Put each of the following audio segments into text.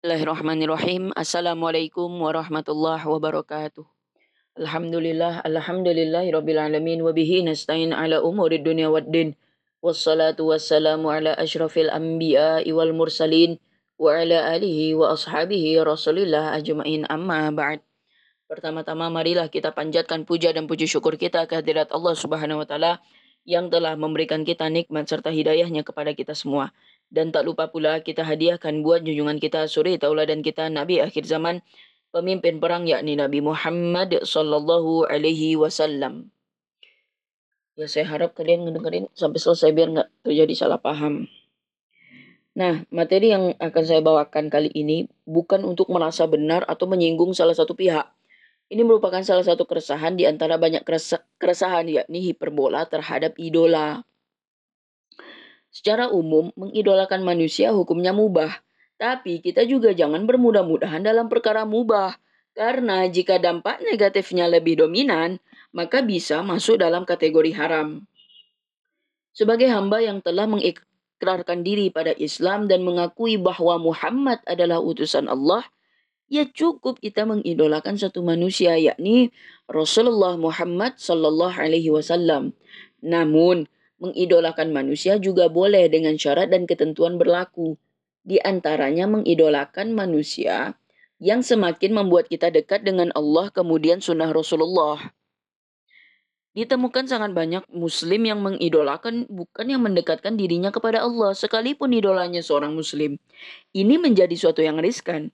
Bismillahirrahmanirrahim. Assalamualaikum warahmatullahi wabarakatuh. Alhamdulillahirabbil alamin wa bihi nasta'in ala umurid dunya waddin. Wassalatu wassalamu ala asyrafil anbiya'i wal mursalin wa ala alihi wa ashabihi rasulillah ajma'in, amma ba'd. Pertama-tama marilah kita panjatkan puja dan puji syukur kita kehadirat Allah Subhanahu wa taala yang telah memberikan kita nikmat serta hidayahnya kepada kita semua. Dan tak lupa pula kita hadiahkan buat junjungan kita suri tauladan kita Nabi akhir zaman, pemimpin perang yakni Nabi Muhammad sallallahu alaihi wasallam. Ya, saya harap kalian ngedengerin sampai selesai biar nggak terjadi salah paham. Nah, materi yang akan saya bawakan kali ini bukan untuk merasa benar atau menyinggung salah satu pihak. Ini merupakan salah satu keresahan di antara banyak keresahan, yakni hiperbola terhadap idola. Secara umum, mengidolakan manusia hukumnya mubah. Tapi kita juga jangan bermudah-mudahan dalam perkara mubah. Karena jika dampak negatifnya lebih dominan, maka bisa masuk dalam kategori haram. Sebagai hamba yang telah mengikrarkan diri pada Islam dan mengakui bahwa Muhammad adalah utusan Allah, ya cukup kita mengidolakan satu manusia, yakni Rasulullah Muhammad sallallahu alaihi wasallam. Namun, mengidolakan manusia juga boleh dengan syarat dan ketentuan berlaku. Di antaranya mengidolakan manusia yang semakin membuat kita dekat dengan Allah, kemudian sunnah Rasulullah. Ditemukan sangat banyak muslim yang mengidolakan bukan yang mendekatkan dirinya kepada Allah, sekalipun idolanya seorang muslim. Ini menjadi suatu yang riskan.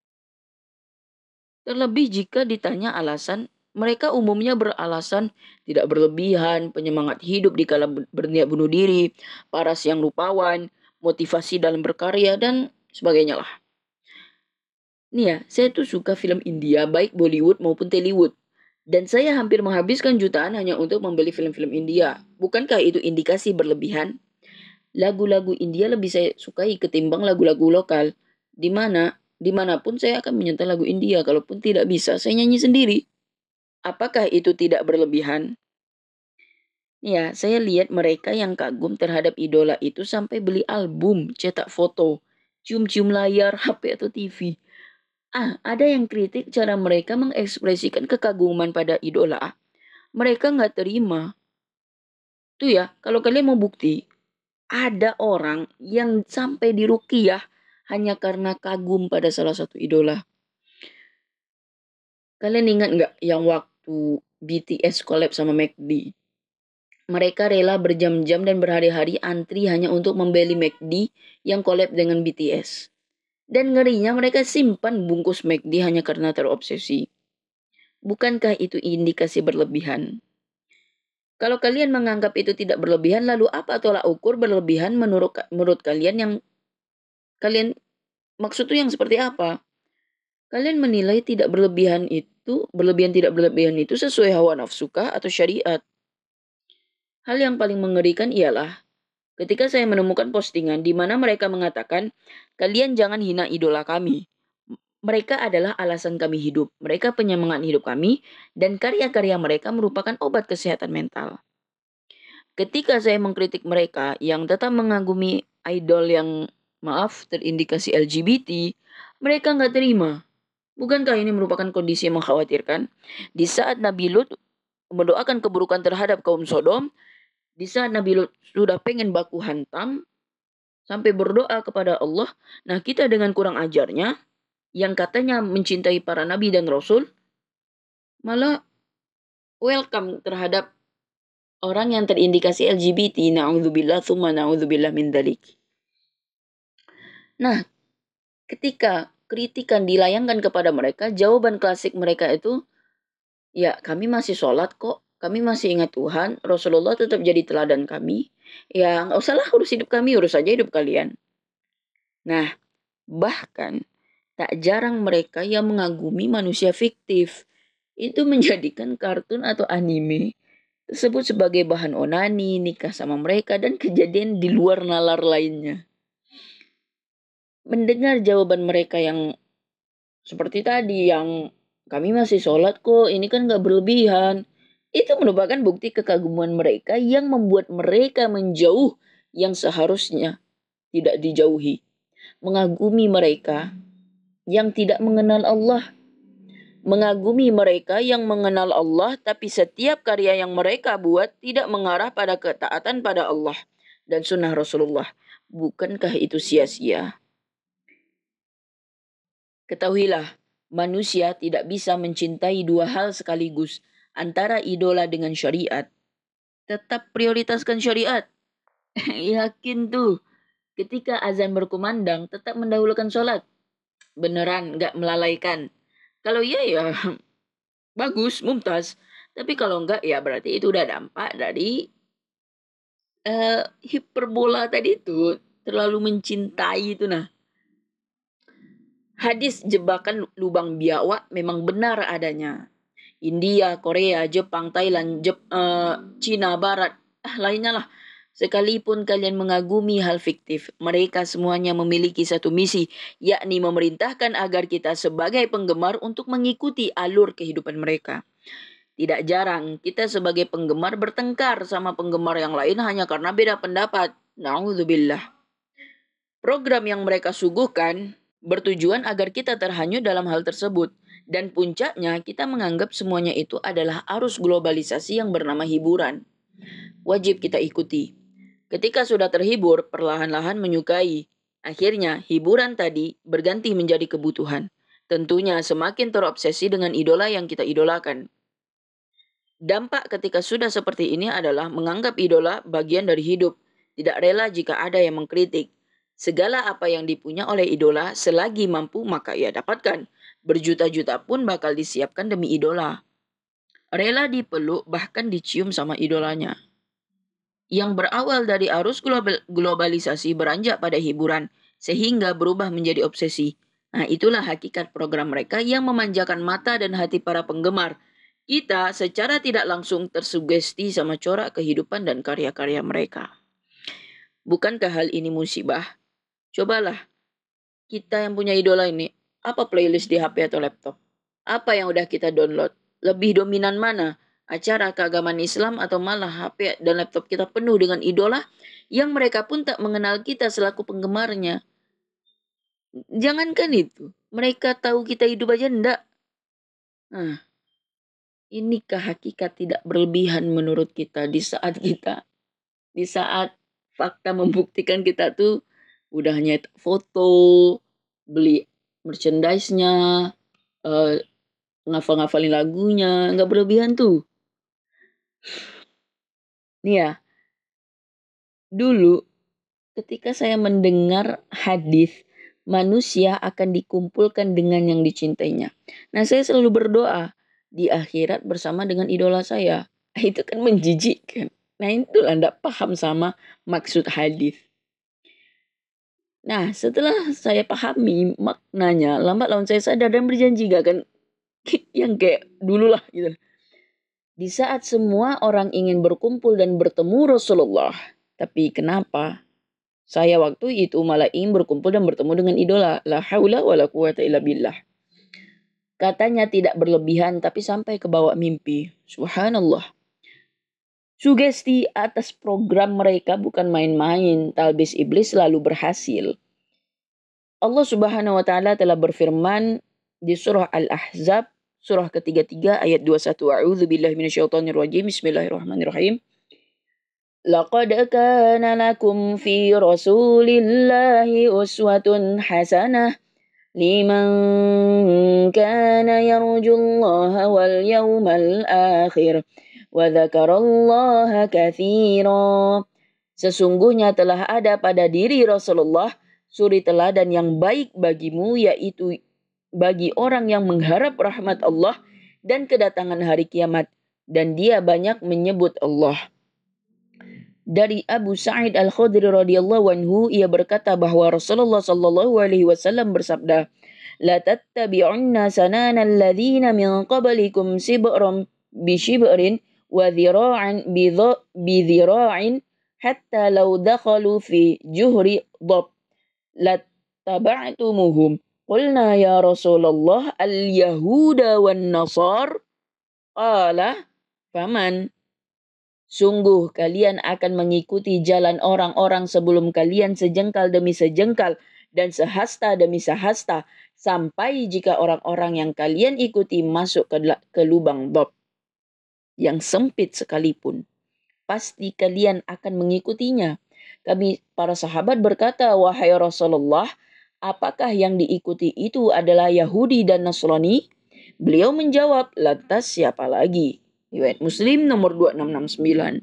Terlebih jika ditanya alasan, mereka umumnya beralasan tidak berlebihan, penyemangat hidup di kala berniat bunuh diri, paras yang rupawan, motivasi dalam berkarya, dan sebagainya lah. Nih ya, saya tuh suka film India, baik Bollywood maupun Tollywood. Dan saya hampir menghabiskan jutaan hanya untuk membeli film-film India. Bukankah itu indikasi berlebihan? Lagu-lagu India lebih saya sukai ketimbang lagu-lagu lokal. Dimanapun saya akan menyentuh lagu India. Kalaupun tidak bisa, saya nyanyi sendiri. Apakah itu tidak berlebihan? Ya, saya lihat mereka yang kagum terhadap idola itu sampai beli album, cetak foto, cium-cium layar HP atau TV. Ada yang kritik cara mereka mengekspresikan kekaguman pada idola. Mereka nggak terima. Tuh ya, kalau kalian mau bukti, ada orang yang sampai diruqyah hanya karena kagum pada salah satu idola. Kalian ingat nggak yang waktu BTS collab sama McD? Mereka rela berjam-jam dan berhari-hari antri hanya untuk membeli McD yang collab dengan BTS. Dan ngerinya mereka simpan bungkus McD hanya karena terobsesi. Bukankah itu indikasi berlebihan? Kalau kalian menganggap itu tidak berlebihan, lalu apa tolak ukur berlebihan menurut kalian yang kalian maksud itu yang seperti apa? Kalian menilai berlebihan tidak berlebihan itu sesuai hawa nafsukah atau syariat? Hal yang paling mengerikan ialah ketika saya menemukan postingan di mana mereka mengatakan, kalian jangan hina idola kami. Mereka adalah alasan kami hidup. Mereka penyemangat hidup kami dan karya-karya mereka merupakan obat kesehatan mental. Ketika saya mengkritik mereka yang tetap mengagumi idol yang terindikasi LGBT, mereka nggak terima. Bukankah ini merupakan kondisi yang mengkhawatirkan? Di saat Nabi Lut mendoakan keburukan terhadap kaum Sodom, di saat Nabi Lut sudah pengen baku hantam, sampai berdoa kepada Allah, nah kita dengan kurang ajarnya, yang katanya mencintai para Nabi dan Rasul, malah welcome terhadap orang yang terindikasi LGBT, na'udzubillah, thumma na'udzubillah min dzalik. Nah, ketika kritikan dilayangkan kepada mereka, jawaban klasik mereka itu, ya kami masih sholat kok, kami masih ingat Tuhan, Rasulullah tetap jadi teladan kami, ya nggak usahlah urus hidup kami, urus saja hidup kalian. Nah, bahkan tak jarang mereka yang mengagumi manusia fiktif itu menjadikan kartun atau anime tersebut sebagai bahan onani, nikah sama mereka, dan kejadian di luar nalar lainnya. Mendengar jawaban mereka yang seperti tadi, yang kami masih sholat kok, ini kan gak berlebihan, itu merupakan bukti kekaguman mereka yang membuat mereka menjauh yang seharusnya tidak dijauhi. Mengagumi mereka yang tidak mengenal Allah. Mengagumi mereka yang mengenal Allah, tapi setiap karya yang mereka buat tidak mengarah pada ketaatan pada Allah dan sunnah Rasulullah. Bukankah itu sia-sia? Ketahuilah, manusia tidak bisa mencintai dua hal sekaligus, antara idola dengan syariat. Tetap prioritaskan syariat. Yakin tuh, ketika azan berkumandang, tetap mendahulukan sholat. Beneran, nggak melalaikan. Kalau iya ya bagus, mumtaz. Tapi kalau enggak ya berarti itu udah dampak dari hiperbola tadi itu. Terlalu mencintai itu nah. Hadis jebakan lubang biawak memang benar adanya. India, Korea, Jepang, Thailand, Cina Barat, lainnya lah. Sekalipun kalian mengagumi hal fiktif, mereka semuanya memiliki satu misi, yakni memerintahkan agar kita sebagai penggemar untuk mengikuti alur kehidupan mereka. Tidak jarang kita sebagai penggemar bertengkar sama penggemar yang lain hanya karena beda pendapat. Na'udzubillah. Program yang mereka suguhkan bertujuan agar kita terhanyut dalam hal tersebut. Dan puncaknya kita menganggap semuanya itu adalah arus globalisasi yang bernama hiburan. Wajib kita ikuti. Ketika sudah terhibur, perlahan-lahan menyukai. Akhirnya hiburan tadi berganti menjadi kebutuhan. Tentunya semakin terobsesi dengan idola yang kita idolakan. Dampak ketika sudah seperti ini adalah menganggap idola bagian dari hidup. Tidak rela jika ada yang mengkritik. Segala apa yang dipunya oleh idola selagi mampu maka ia dapatkan. Berjuta-juta pun bakal disiapkan demi idola. Rela dipeluk bahkan dicium sama idolanya. Yang berawal dari arus globalisasi beranjak pada hiburan sehingga berubah menjadi obsesi. Nah, itulah hakikat program mereka yang memanjakan mata dan hati para penggemar. Kita secara tidak langsung tersugesti sama corak kehidupan dan karya-karya mereka. Bukankah hal ini musibah? Cobalah kita yang punya idola ini, apa playlist di HP atau laptop? Apa yang udah kita download? Lebih dominan mana? Acara keagamaan Islam atau malah HP dan laptop kita penuh dengan idola yang mereka pun tak mengenal kita selaku penggemarnya. Jangankan itu, mereka tahu kita hidup aja enggak. Nah, inikah hakikat tidak berlebihan menurut kita di saat fakta membuktikan kita tuh udah nyetak foto, beli merchandise-nya, ngafal-ngafalin lagunya, nggak berlebihan tuh. Nih ya, dulu ketika saya mendengar hadis manusia akan dikumpulkan dengan yang dicintainya. Nah, saya selalu berdoa di akhirat bersama dengan idola saya. Itu kan menjijikkan. Nah, itu Anda paham sama maksud hadis. Nah, setelah saya pahami maknanya, lambat laun saya sadar dan berjanji gak akan yang kayak dulu lah gitu. Di saat semua orang ingin berkumpul dan bertemu Rasulullah, tapi kenapa saya waktu itu malah ingin berkumpul dan bertemu dengan idola? La haula wa la quwata illa billah. Katanya tidak berlebihan tapi sampai ke bawah mimpi. Subhanallah. Sugesti atas program mereka bukan main-main. Talbis iblis selalu berhasil. Allah Subhanahu wa taala telah berfirman di surah Al-Ahzab surah ke-33 ayat 21. A'udzu billahi minasyaitonir rajim. Bismillahirrahmanirrahim. Laqad kana lakum fi Rasulillahi uswatun hasanah liman kana yarjullaha wal yawmal akhir wa dzakarallaha katsira. Sesungguhnya telah ada pada diri Rasulullah suri teladan yang baik bagimu, yaitu bagi orang yang mengharap rahmat Allah dan kedatangan hari kiamat, dan dia banyak menyebut Allah. Dari Abu Sa'id Al-Khudri radhiyallahu anhu, ia berkata bahwa Rasulullah sallallahu alaihi wasallam bersabda, "La tattabi'unna sanana alladhina min qablikum shibran bi shibrin wa dhira'an bi dhira'in hatta law dakhalu fi juhri dhab la taba'tumuhum." Qulna ya Rasulullah al-yahuda wan nasar? Qala faman? Sungguh kalian akan mengikuti jalan orang-orang sebelum kalian sejengkal demi sejengkal dan sehasta demi sehasta sampai jika orang-orang yang kalian ikuti masuk ke lubang bab yang sempit sekalipun, pasti kalian akan mengikutinya. Kami para sahabat berkata, wahai Rasulullah, apakah yang diikuti itu adalah Yahudi dan Nasrani? Beliau menjawab, lantas siapa lagi? Riwayat Muslim nomor 2669.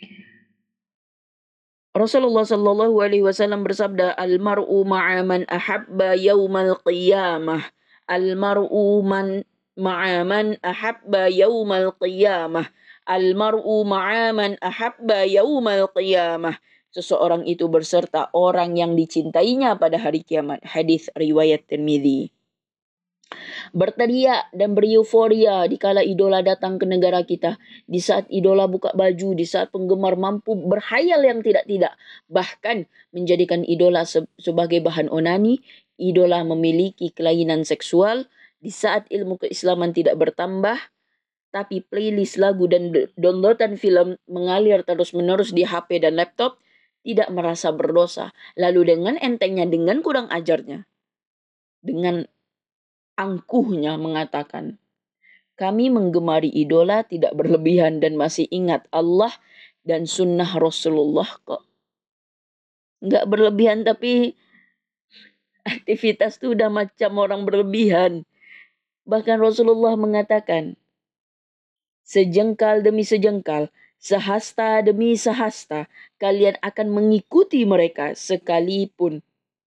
Rasulullah sallallahu alaihi wasallam bersabda, "Al-mar'u ma'a man ahabba yaumal qiyamah. Al-mar'u ma'a man ahabba yaumal qiyamah. Al-mar'u ma'a man ahabba yaumal qiyamah." Seseorang itu berserta orang yang dicintainya pada hari kiamat. Hadis riwayat Tirmizi. Berteriak dan bereuforia dikala idola datang ke negara kita, di saat idola buka baju, di saat penggemar mampu berhayal yang tidak-tidak, bahkan menjadikan idola sebagai bahan onani, idola memiliki kelainan seksual, di saat ilmu keislaman tidak bertambah, tapi playlist lagu dan downloadan film mengalir terus-menerus di HP dan laptop, tidak merasa berdosa. Lalu dengan entengnya, dengan kurang ajarnya, dengan angkuhnya mengatakan, kami menggemari idola tidak berlebihan dan masih ingat Allah dan sunnah Rasulullah kok. Nggak berlebihan tapi aktivitas itu udah macam orang berlebihan. Bahkan Rasulullah mengatakan, sejengkal demi sejengkal, sehasta demi sehasta, kalian akan mengikuti mereka sekalipun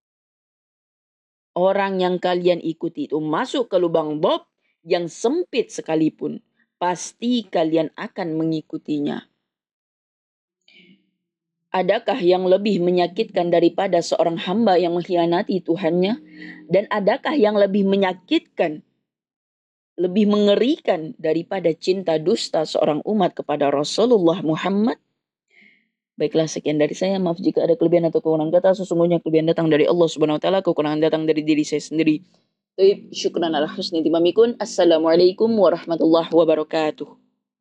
orang yang kalian ikuti itu masuk ke lubang bob yang sempit sekalipun, pasti kalian akan mengikutinya. Adakah yang lebih menyakitkan daripada seorang hamba yang mengkhianati Tuhannya? Dan adakah yang lebih menyakitkan, lebih mengerikan daripada cinta dusta seorang umat kepada Rasulullah Muhammad? Baiklah, sekian dari saya. Maaf jika ada kelebihan atau kekurangan kata. Sesungguhnya kelebihan datang dari Allah Subhanahu wa taala, kekurangan datang dari diri saya sendiri. Syukran ala husni timamikun. Assalamualaikum warahmatullahi wabarakatuh.